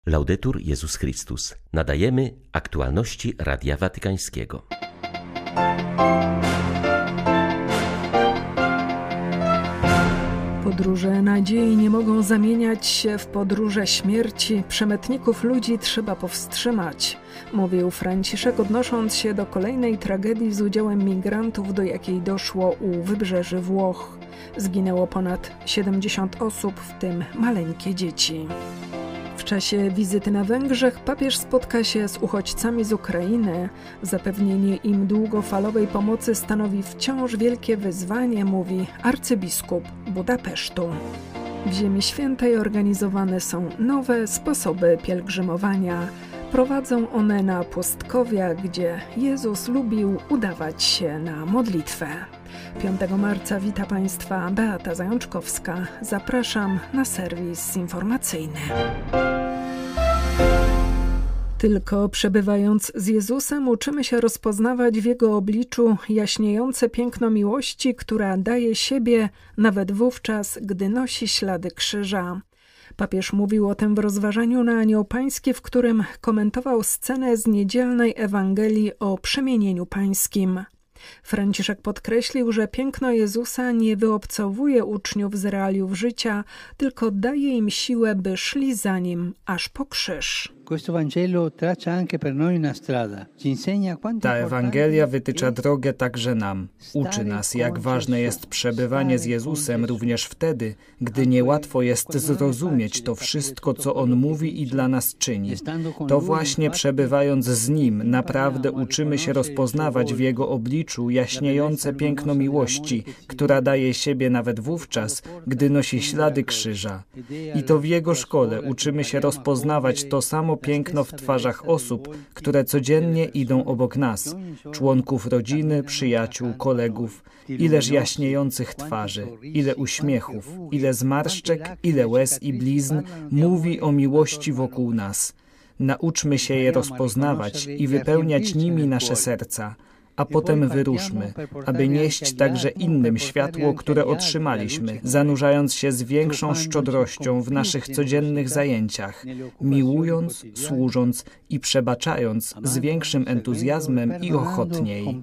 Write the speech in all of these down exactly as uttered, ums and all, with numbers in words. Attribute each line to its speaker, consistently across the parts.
Speaker 1: Laudetur Jezus Chrystus. Nadajemy aktualności Radia Watykańskiego.
Speaker 2: Podróże nadziei nie mogą zamieniać się w podróże śmierci. Przemytników ludzi trzeba powstrzymać, mówił Franciszek, odnosząc się do kolejnej tragedii z udziałem migrantów, do jakiej doszło u wybrzeży Włoch. Zginęło ponad siedemdziesiąt osób, w tym maleńkie dzieci. W czasie wizyty na Węgrzech papież spotka się z uchodźcami z Ukrainy. Zapewnienie im długofalowej pomocy stanowi wciąż wielkie wyzwanie, mówi arcybiskup Budapesztu. W Ziemi Świętej organizowane są nowe sposoby pielgrzymowania. Prowadzą one na pustkowia, gdzie Jezus lubił udawać się na modlitwę. piątego marca wita Państwa Beata Zajączkowska. Zapraszam na serwis informacyjny. Tylko przebywając z Jezusem uczymy się rozpoznawać w Jego obliczu jaśniejące piękno miłości, która daje siebie nawet wówczas, gdy nosi ślady krzyża. Papież mówił o tym w rozważaniu na Anioł Pański, w którym komentował scenę z niedzielnej Ewangelii o przemienieniu pańskim. Franciszek podkreślił, że piękno Jezusa nie wyobcowuje uczniów z realiów życia, tylko daje im siłę, by szli za Nim aż po krzyż.
Speaker 3: Ta Ewangelia wytycza drogę także nam. Uczy nas, jak ważne jest przebywanie z Jezusem również wtedy, gdy niełatwo jest zrozumieć to wszystko, co On mówi i dla nas czyni. To właśnie przebywając z Nim naprawdę uczymy się rozpoznawać w Jego obliczu jaśniejące piękno miłości, która daje siebie nawet wówczas, gdy nosi ślady krzyża. I to w Jego szkole uczymy się rozpoznawać to samo piękno w twarzach osób, które codziennie idą obok nas, członków rodziny, przyjaciół, kolegów. Ileż jaśniejących twarzy, ile uśmiechów, ile zmarszczek, ile łez i blizn mówi o miłości wokół nas. Nauczmy się je rozpoznawać i wypełniać nimi nasze serca, a potem wyruszmy, aby nieść także innym światło, które otrzymaliśmy, zanurzając się z większą szczodrością w naszych codziennych zajęciach, miłując, służąc i przebaczając z większym entuzjazmem i ochotniej.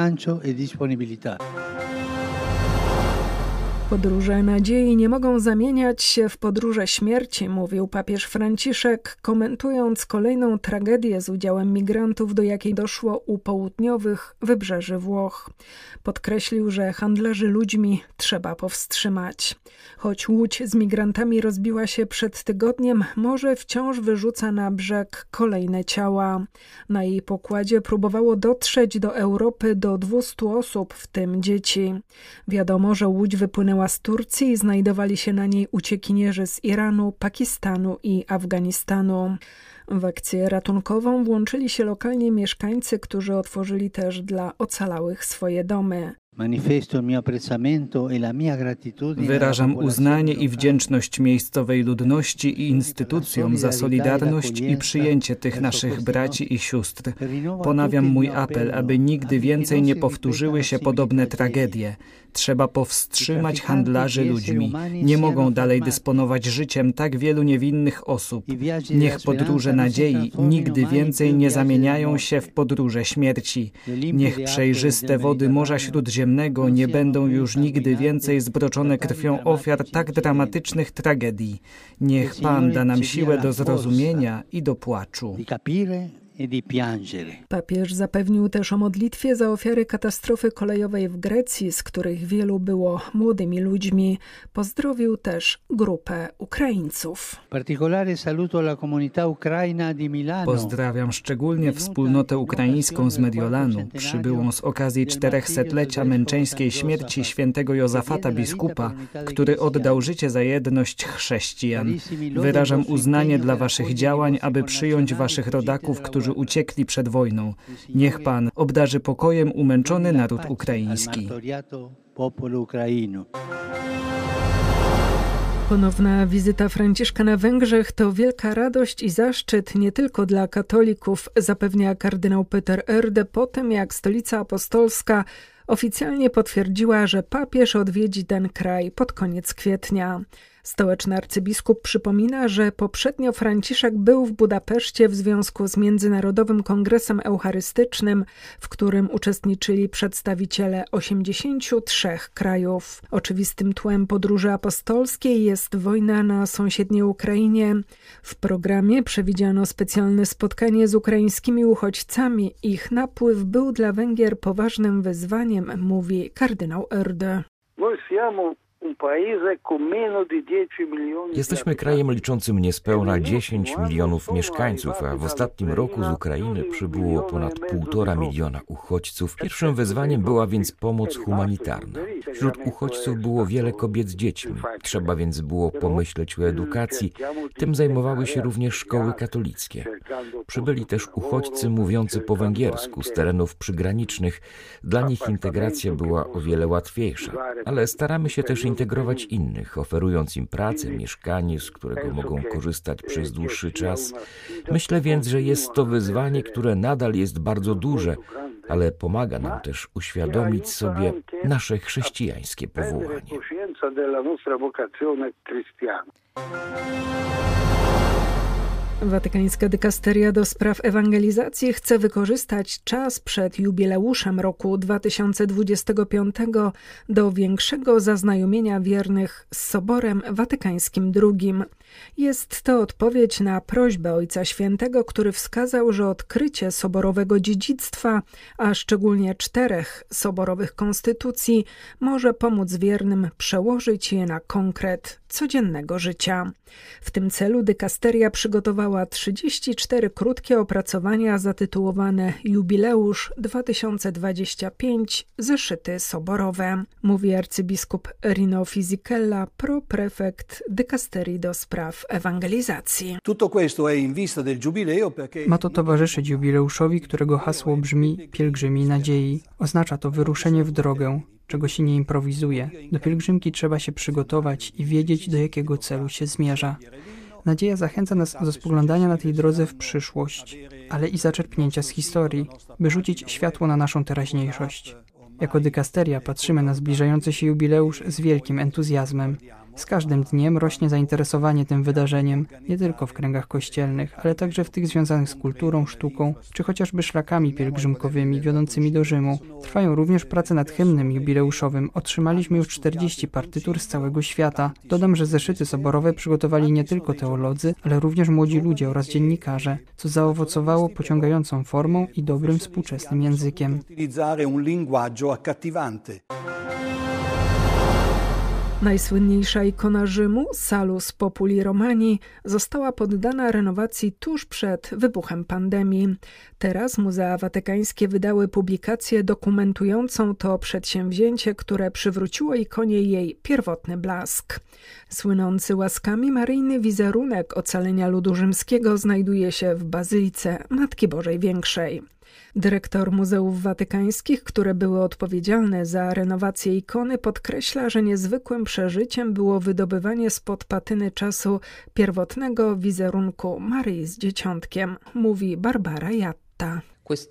Speaker 2: Podróże nadziei nie mogą zamieniać się w podróże śmierci, mówił papież Franciszek, komentując kolejną tragedię z udziałem migrantów, do jakiej doszło u południowych wybrzeży Włoch. Podkreślił, że handlarzy ludźmi trzeba powstrzymać. Choć łódź z migrantami rozbiła się przed tygodniem, morze wciąż wyrzuca na brzeg kolejne ciała. Na jej pokładzie próbowało dotrzeć do Europy do dwustu osób, w tym dzieci. Wiadomo, że łódź wypłynęła z Turcji i znajdowali się na niej uciekinierzy z Iranu, Pakistanu i Afganistanu. W akcję ratunkową włączyli się lokalni mieszkańcy, którzy otworzyli też dla ocalałych swoje domy.
Speaker 3: Wyrażam uznanie i wdzięczność miejscowej ludności i instytucjom za solidarność i przyjęcie tych naszych braci i sióstr. Ponawiam mój apel, aby nigdy więcej nie powtórzyły się podobne tragedie. Trzeba powstrzymać handlarzy ludźmi. Nie mogą dalej dysponować życiem tak wielu niewinnych osób. Niech podróże nadziei nigdy więcej nie zamieniają się w podróże śmierci. Niech przejrzyste wody Morza Śródziemnego nie będą już nigdy więcej zbroczone krwią ofiar tak dramatycznych tragedii. Niech Pan da nam siłę do zrozumienia i do płaczu.
Speaker 2: Papież zapewnił też o modlitwie za ofiary katastrofy kolejowej w Grecji, z których wielu było młodymi ludźmi. Pozdrowił też grupę Ukraińców.
Speaker 3: Pozdrawiam szczególnie wspólnotę ukraińską z Mediolanu, przybyłą z okazji czterechsetlecia męczeńskiej śmierci świętego Jozafata biskupa, który oddał życie za jedność chrześcijan. Wyrażam uznanie dla waszych działań, aby przyjąć waszych rodaków, którzy uciekli przed wojną. Niech Pan obdarzy pokojem umęczony naród ukraiński.
Speaker 2: Ponowna wizyta Franciszka na Węgrzech to wielka radość i zaszczyt nie tylko dla katolików, zapewnia kardynał Peter Erde po tym, jak Stolica Apostolska oficjalnie potwierdziła, że papież odwiedzi ten kraj pod koniec kwietnia. Stołeczny arcybiskup przypomina, że poprzednio Franciszek był w Budapeszcie w związku z Międzynarodowym Kongresem Eucharystycznym, w którym uczestniczyli przedstawiciele osiemdziesięciu trzech krajów. Oczywistym tłem podróży apostolskiej jest wojna na sąsiedniej Ukrainie. W programie przewidziano specjalne spotkanie z ukraińskimi uchodźcami. Ich napływ był dla Węgier poważnym wyzwaniem, mówi kardynał Erde.
Speaker 4: Jesteśmy krajem liczącym niespełna dziesięć milionów mieszkańców, a w ostatnim roku z Ukrainy przybyło ponad półtora miliona uchodźców. Pierwszym wyzwaniem była więc pomoc humanitarna. Wśród uchodźców było wiele kobiet z dziećmi. Trzeba więc było pomyśleć o edukacji. Tym zajmowały się również szkoły katolickie. Przybyli też uchodźcy mówiący po węgiersku z terenów przygranicznych. Dla nich integracja była o wiele łatwiejsza, ale staramy się też integrować innych, oferując im pracę, mieszkanie, z którego mogą korzystać przez dłuższy czas. Myślę więc, że jest to wyzwanie, które nadal jest bardzo duże, ale pomaga nam też uświadomić sobie nasze chrześcijańskie powołanie.
Speaker 2: Watykańska dykasteria do spraw ewangelizacji chce wykorzystać czas przed jubileuszem roku dwa tysiące dwudziestego piątego do większego zaznajomienia wiernych z Soborem Watykańskim drugim. Jest to odpowiedź na prośbę Ojca Świętego, który wskazał, że odkrycie soborowego dziedzictwa, a szczególnie czterech soborowych konstytucji, może pomóc wiernym przełożyć je na konkret codziennego życia. W tym celu dykasteria przygotowała trzydzieści cztery krótkie opracowania zatytułowane Jubileusz dwa tysiące dwudziesty piąty Zeszyty soborowe, mówi arcybiskup Rino Fisichella, proprefekt dykasterii do spraw ewangelizacji.
Speaker 5: Ma to towarzyszyć jubileuszowi, którego hasło brzmi Pielgrzymi Nadziei. Oznacza to wyruszenie w drogę, czego się nie improwizuje. Do pielgrzymki trzeba się przygotować i wiedzieć, do jakiego celu się zmierza. Nadzieja zachęca nas do spoglądania na tej drodze w przyszłość, ale i zaczerpnięcia z historii, by rzucić światło na naszą teraźniejszość. Jako dykasteria patrzymy na zbliżający się jubileusz z wielkim entuzjazmem. Z każdym dniem rośnie zainteresowanie tym wydarzeniem, nie tylko w kręgach kościelnych, ale także w tych związanych z kulturą, sztuką, czy chociażby szlakami pielgrzymkowymi wiodącymi do Rzymu. Trwają również prace nad hymnem jubileuszowym. Otrzymaliśmy już czterdzieści partytur z całego świata. Dodam, że zeszyty soborowe przygotowali nie tylko teolodzy, ale również młodzi ludzie oraz dziennikarze, co zaowocowało pociągającą formą i dobrym współczesnym językiem.
Speaker 2: Najsłynniejsza ikona Rzymu, Salus Populi Romani, została poddana renowacji tuż przed wybuchem pandemii. Teraz Muzea Watykańskie wydały publikację dokumentującą to przedsięwzięcie, które przywróciło ikonie jej pierwotny blask. Słynący łaskami maryjny wizerunek ocalenia ludu rzymskiego znajduje się w Bazylice Matki Bożej Większej. Dyrektor Muzeów Watykańskich, które były odpowiedzialne za renowację ikony, podkreśla, że niezwykłym przeżyciem było wydobywanie spod patyny czasu pierwotnego wizerunku Maryi z Dzieciątkiem, mówi Barbara Jatta.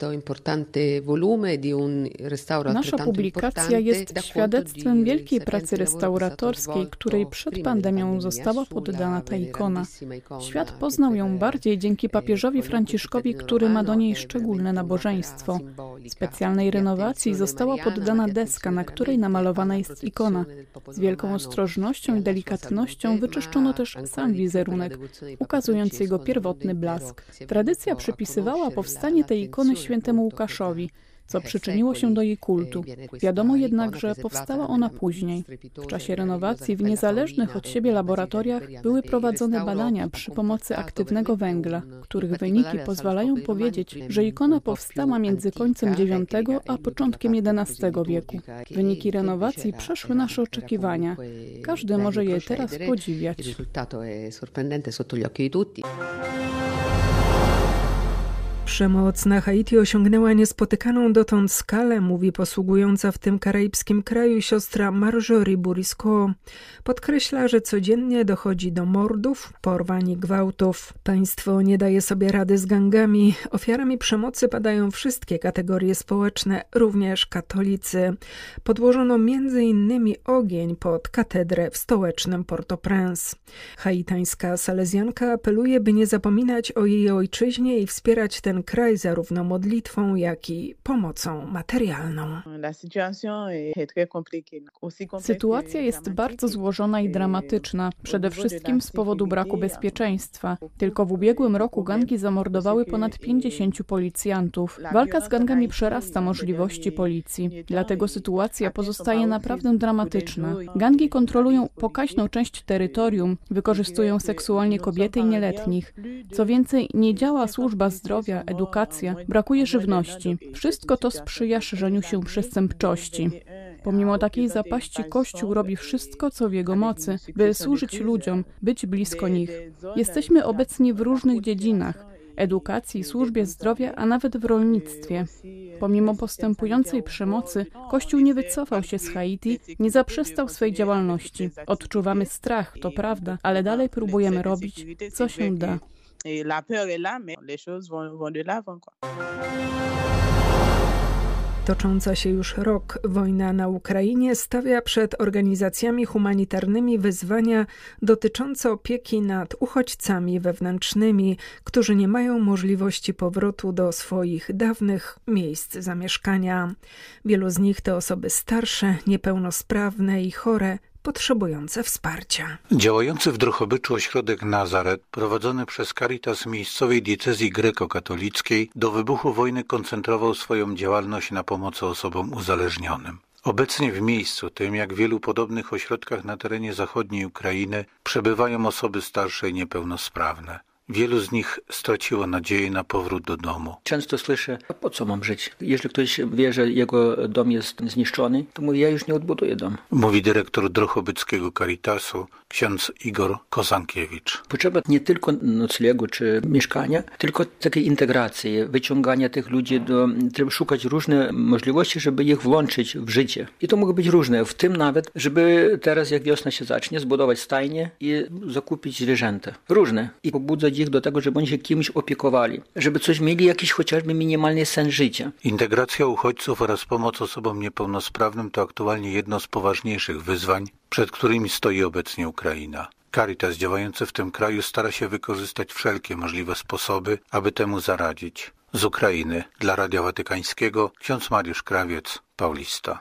Speaker 6: Nasza publikacja jest świadectwem wielkiej pracy restauratorskiej, której przed pandemią została poddana ta ikona. Świat poznał ją bardziej dzięki papieżowi Franciszkowi, który ma do niej szczególne nabożeństwo. Specjalnej renowacji została poddana deska, na której namalowana jest ikona. Z wielką ostrożnością i delikatnością wyczyszczono też sam wizerunek, ukazując jego pierwotny blask. Tradycja przypisywała powstanie tej ikony świętemu Łukaszowi, co przyczyniło się do jej kultu. Wiadomo jednak, że powstała ona później. W czasie renowacji w niezależnych od siebie laboratoriach były prowadzone badania przy pomocy aktywnego węgla, których wyniki pozwalają powiedzieć, że ikona powstała między końcem dziewiątego a początkiem jedenastego wieku. Wyniki renowacji przeszły nasze oczekiwania. Każdy może je teraz podziwiać.
Speaker 2: Przemoc na Haiti osiągnęła niespotykaną dotąd skalę, mówi posługująca w tym karaibskim kraju siostra Marjorie Burisco. Podkreśla, że codziennie dochodzi do mordów, porwań i gwałtów. Państwo nie daje sobie rady z gangami. Ofiarami przemocy padają wszystkie kategorie społeczne, również katolicy. Podłożono między innymi ogień pod katedrę w stołecznym Port-au-Prince. Haitańska salezjanka apeluje, by nie zapominać o jej ojczyźnie i wspierać ten kraj zarówno modlitwą, jak i pomocą materialną.
Speaker 6: Sytuacja jest bardzo złożona i dramatyczna, przede wszystkim z powodu braku bezpieczeństwa. Tylko w ubiegłym roku gangi zamordowały ponad pięćdziesięciu policjantów. Walka z gangami przerasta możliwości policji, dlatego sytuacja pozostaje naprawdę dramatyczna. Gangi kontrolują pokaźną część terytorium, wykorzystują seksualnie kobiety i nieletnich. Co więcej, nie działa służba zdrowia, edukacja, brakuje żywności. Wszystko to sprzyja szerzeniu się przestępczości. Pomimo takiej zapaści Kościół robi wszystko, co w jego mocy, by służyć ludziom, być blisko nich. Jesteśmy obecni w różnych dziedzinach: edukacji, służbie zdrowia, a nawet w rolnictwie. Pomimo postępującej przemocy, Kościół nie wycofał się z Haiti, nie zaprzestał swej działalności. Odczuwamy strach, to prawda, ale dalej próbujemy robić, co się da.
Speaker 2: Tocząca się już rok wojna na Ukrainie stawia przed organizacjami humanitarnymi wyzwania dotyczące opieki nad uchodźcami wewnętrznymi, którzy nie mają możliwości powrotu do swoich dawnych miejsc zamieszkania. Wielu z nich to osoby starsze, niepełnosprawne i chore, potrzebujące wsparcia.
Speaker 7: Działający w Drohobyczu ośrodek Nazaret, prowadzony przez Caritas miejscowej diecezji grekokatolickiej, do wybuchu wojny koncentrował swoją działalność na pomocy osobom uzależnionym. Obecnie w miejscu tym, jak w wielu podobnych ośrodkach na terenie zachodniej Ukrainy, przebywają osoby starsze i niepełnosprawne. Wielu z nich straciło nadzieję na powrót do domu.
Speaker 8: Często słyszę, a po co mam żyć? Jeśli ktoś wie, że jego dom jest zniszczony, to mówi, ja już nie odbuduję dom.
Speaker 7: Mówi dyrektor Drohobyczskiego Caritasu, ksiądz Igor Kozankiewicz.
Speaker 8: Potrzeba nie tylko noclegu czy mieszkania, tylko takiej integracji, wyciągania tych ludzi. Do, trzeba szukać różnych możliwości, żeby ich włączyć w życie. I to mogą być różne, w tym nawet, żeby teraz, jak wiosna się zacznie, zbudować stajnie i zakupić zwierzęta. Różne. I pobudzać ich do tego, żeby oni się kimś opiekowali, żeby coś mieli, jakiś chociażby minimalny sen życia.
Speaker 7: Integracja uchodźców oraz pomoc osobom niepełnosprawnym to aktualnie jedno z poważniejszych wyzwań, przed którymi stoi obecnie Ukraina. Caritas działający w tym kraju stara się wykorzystać wszelkie możliwe sposoby, aby temu zaradzić. Z Ukrainy dla Radia Watykańskiego ksiądz Mariusz Krawiec, Paulista.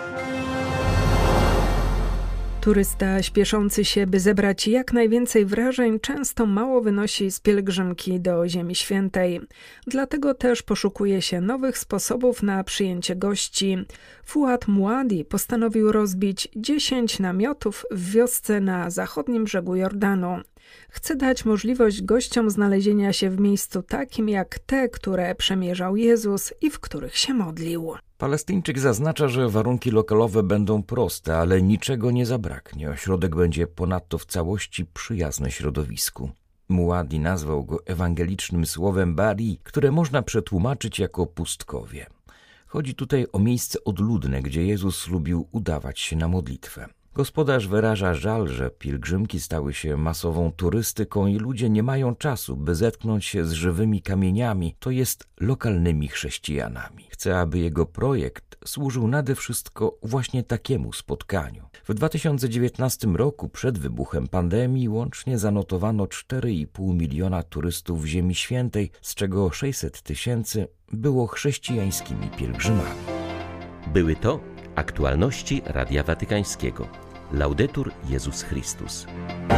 Speaker 2: Turysta śpieszący się, by zebrać jak najwięcej wrażeń, często mało wynosi z pielgrzymki do Ziemi Świętej. Dlatego też poszukuje się nowych sposobów na przyjęcie gości. Fuad Muadi postanowił rozbić dziesięć namiotów w wiosce na zachodnim brzegu Jordanu. Chce dać możliwość gościom znalezienia się w miejscu takim jak te, które przemierzał Jezus i w których się modlił.
Speaker 4: Palestyńczyk zaznacza, że warunki lokalowe będą proste, ale niczego nie zabraknie. Ośrodek będzie ponadto w całości przyjazny środowisku. Muadi nazwał go ewangelicznym słowem Bari, które można przetłumaczyć jako pustkowie. Chodzi tutaj o miejsce odludne, gdzie Jezus lubił udawać się na modlitwę. Gospodarz wyraża żal, że pielgrzymki stały się masową turystyką i ludzie nie mają czasu, by zetknąć się z żywymi kamieniami, to jest lokalnymi chrześcijanami. Chce, aby jego projekt służył nade wszystko właśnie takiemu spotkaniu. W dwa tysiące dziewiętnastym roku, przed wybuchem pandemii, łącznie zanotowano cztery i pół miliona turystów Ziemi Świętej, z czego sześćset tysięcy było chrześcijańskimi pielgrzymami.
Speaker 1: Były to aktualności Radia Watykańskiego. Laudetur Jezus Chrystus.